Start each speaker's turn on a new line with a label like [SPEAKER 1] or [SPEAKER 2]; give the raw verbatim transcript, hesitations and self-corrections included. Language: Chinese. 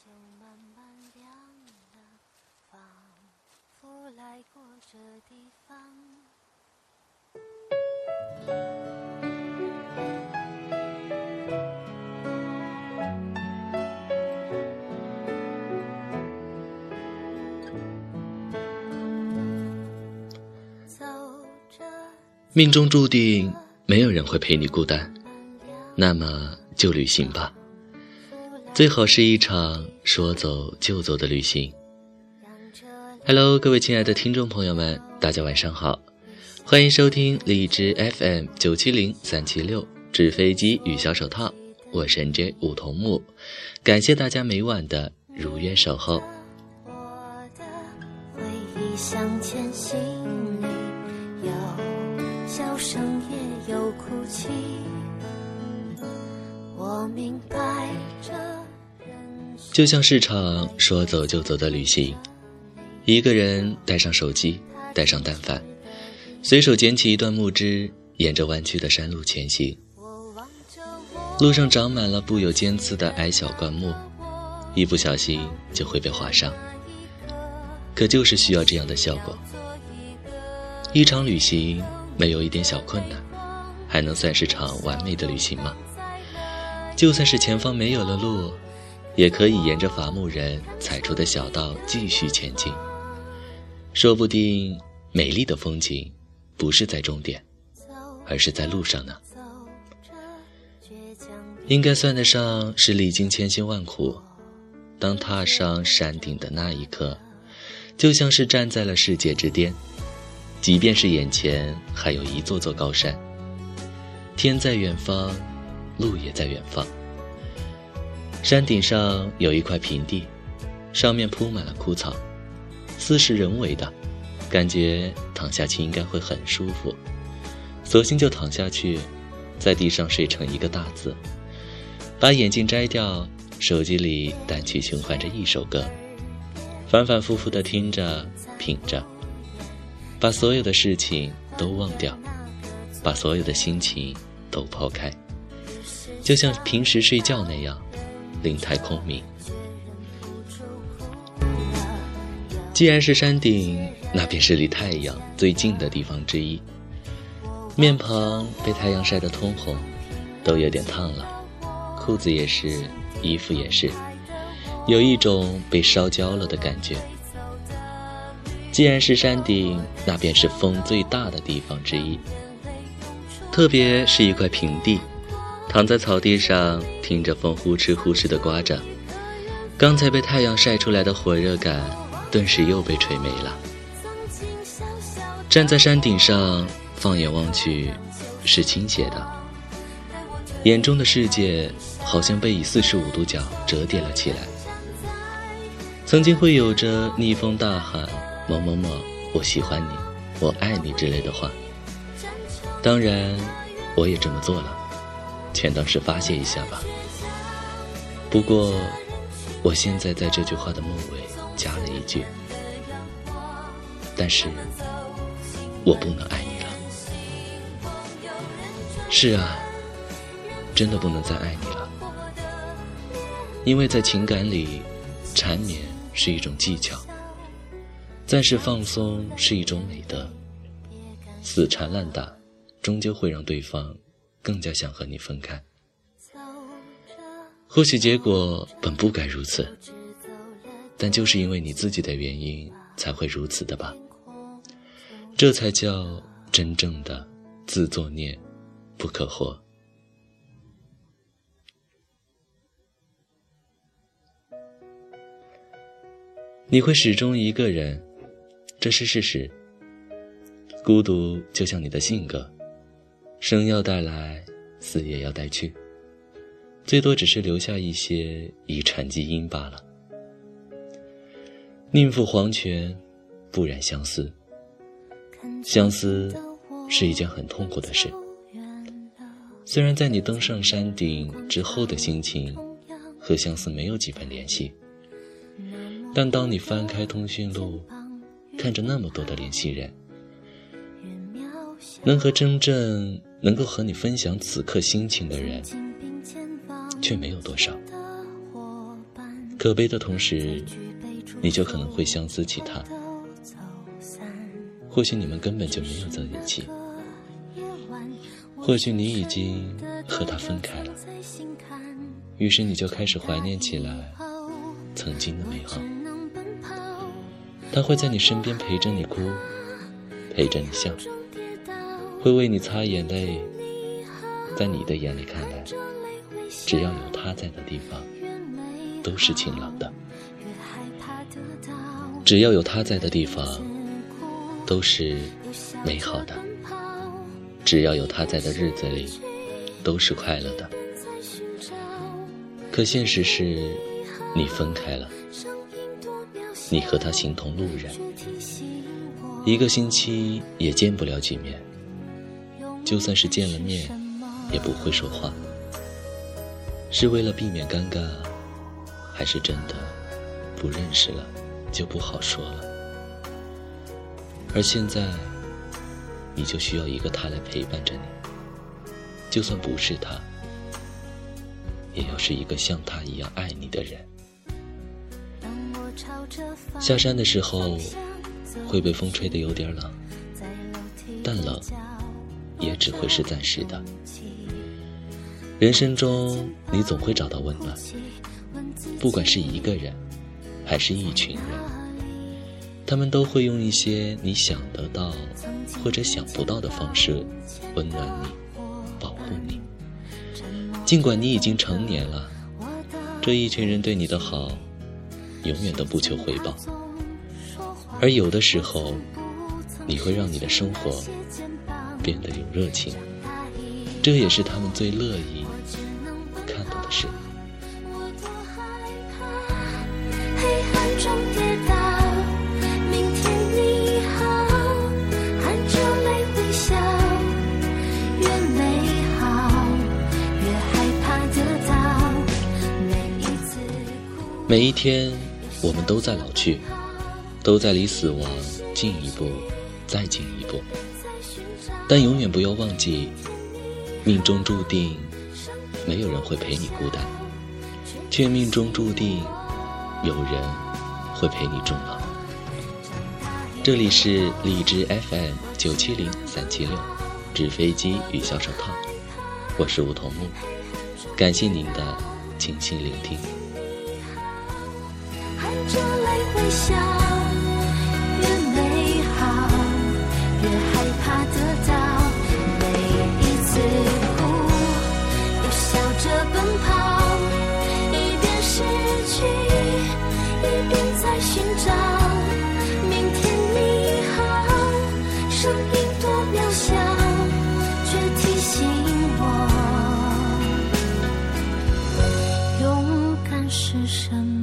[SPEAKER 1] 命中注定没有人会陪你孤单，那么就旅行吧，最好是一场说走就走的旅行。 Hello， 各位亲爱的听众朋友们，大家晚上好，欢迎收听荔枝 F M 九七零三七六纸飞机与小手套，我是 N J 梧桐木，感谢大家每晚的如约守候。
[SPEAKER 2] 我的回忆向前行里有笑声也有哭泣，我明白这
[SPEAKER 1] 就像是场说走就走的旅行，一个人带上手机，带上淡饭，随手捡起一段木枝，沿着弯曲的山路前行。路上长满了布有尖刺的矮小灌木，一不小心就会被划伤，可就是需要这样的效果。一场旅行没有一点小困难，还能算是场完美的旅行吗？就算是前方没有了路，也可以沿着伐木人踩出的小道继续前进，说不定美丽的风景不是在终点，而是在路上呢。应该算得上是历经千辛万苦，当踏上山顶的那一刻，就像是站在了世界之巅，即便是眼前还有一座座高山，天在远方，路也在远方。山顶上有一块平地，上面铺满了枯草，似是人为的，感觉躺下去应该会很舒服，索性就躺下去，在地上睡成一个大字，把眼镜摘掉，手机里单曲循环着一首歌，反反复复地听着品着，把所有的事情都忘掉，把所有的心情都抛开，就像平时睡觉那样灵台空明。既然是山顶，那便是离太阳最近的地方之一，面庞被太阳晒得通红，都有点烫了，裤子也是，衣服也是，有一种被烧焦了的感觉。既然是山顶，那便是风最大的地方之一，特别是一块平地，躺在草地上，听着风呼哧呼哧地刮着，刚才被太阳晒出来的火热感顿时又被吹没了。站在山顶上，放眼望去是倾斜的，眼中的世界好像被以四十五度角折叠了起来。曾经会有着逆风大喊某某某我喜欢你，我爱你之类的话，当然我也这么做了，全当是发泄一下吧。不过我现在在这句话的末尾加了一句，但是我不能爱你了。是啊，真的不能再爱你了，因为在情感里，缠绵是一种技巧，暂时放松是一种美德，死缠烂打终究会让对方更加想和你分开。或许结果本不该如此，但就是因为你自己的原因才会如此的吧，这才叫真正的自作孽不可活。你会始终一个人，这是事实。孤独就像你的性格，生要带来，死也要带去，最多只是留下一些遗传基因罢了。宁负黄泉，不染相思。相思是一件很痛苦的事，虽然在你登上山顶之后的心情和相思没有几分联系，但当你翻开通讯录，看着那么多的联系人，能和真正能够和你分享此刻心情的人却没有多少。 可悲的同时，你就可能会相思起他，或许你们根本就没有在一起，或许你已经和他分开了，于是你就开始怀念起来曾经的美好。他会在你身边陪着你哭，陪着你笑，会为你擦眼泪。在你的眼里看来，只要有他在的地方都是晴朗的，只要有他在的地方都是美好的，只要有他在的日子里都是快乐的。可现实是你分开了，你和他形同路人，一个星期也见不了几面，就算是见了面也不会说话，是为了避免尴尬，还是真的不认识了就不好说了？而现在你就需要一个他来陪伴着你，就算不是他，也要是一个像他一样爱你的人。下山的时候会被风吹得有点冷，但冷也只会是暂时的。人生中你总会找到温暖，不管是一个人还是一群人，他们都会用一些你想得到或者想不到的方式温暖你，保护你。尽管你已经成年了，这一群人对你的好永远都不求回报，而有的时候你会让你的生活变得有热情，这也是他们最乐意看到的事。
[SPEAKER 2] 黑暗中跌倒，明天你好，含着泪微笑，越美好越害怕得到，每一次
[SPEAKER 1] 每一天我们都在老去，都在离死亡近一步再近一步，但永远不要忘记，命中注定没有人会陪你孤单，却命中注定有人会陪你终老。这里是荔枝 F M 九七零三七六纸飞机与小手套，我是梧桐木，感谢您的倾心聆听。
[SPEAKER 2] 含着泪微笑，越美好越害怕得到，每一次哭又笑着奔跑，一边失去一边在寻找，明天你好，声音多渺小，却提醒我勇敢是什么。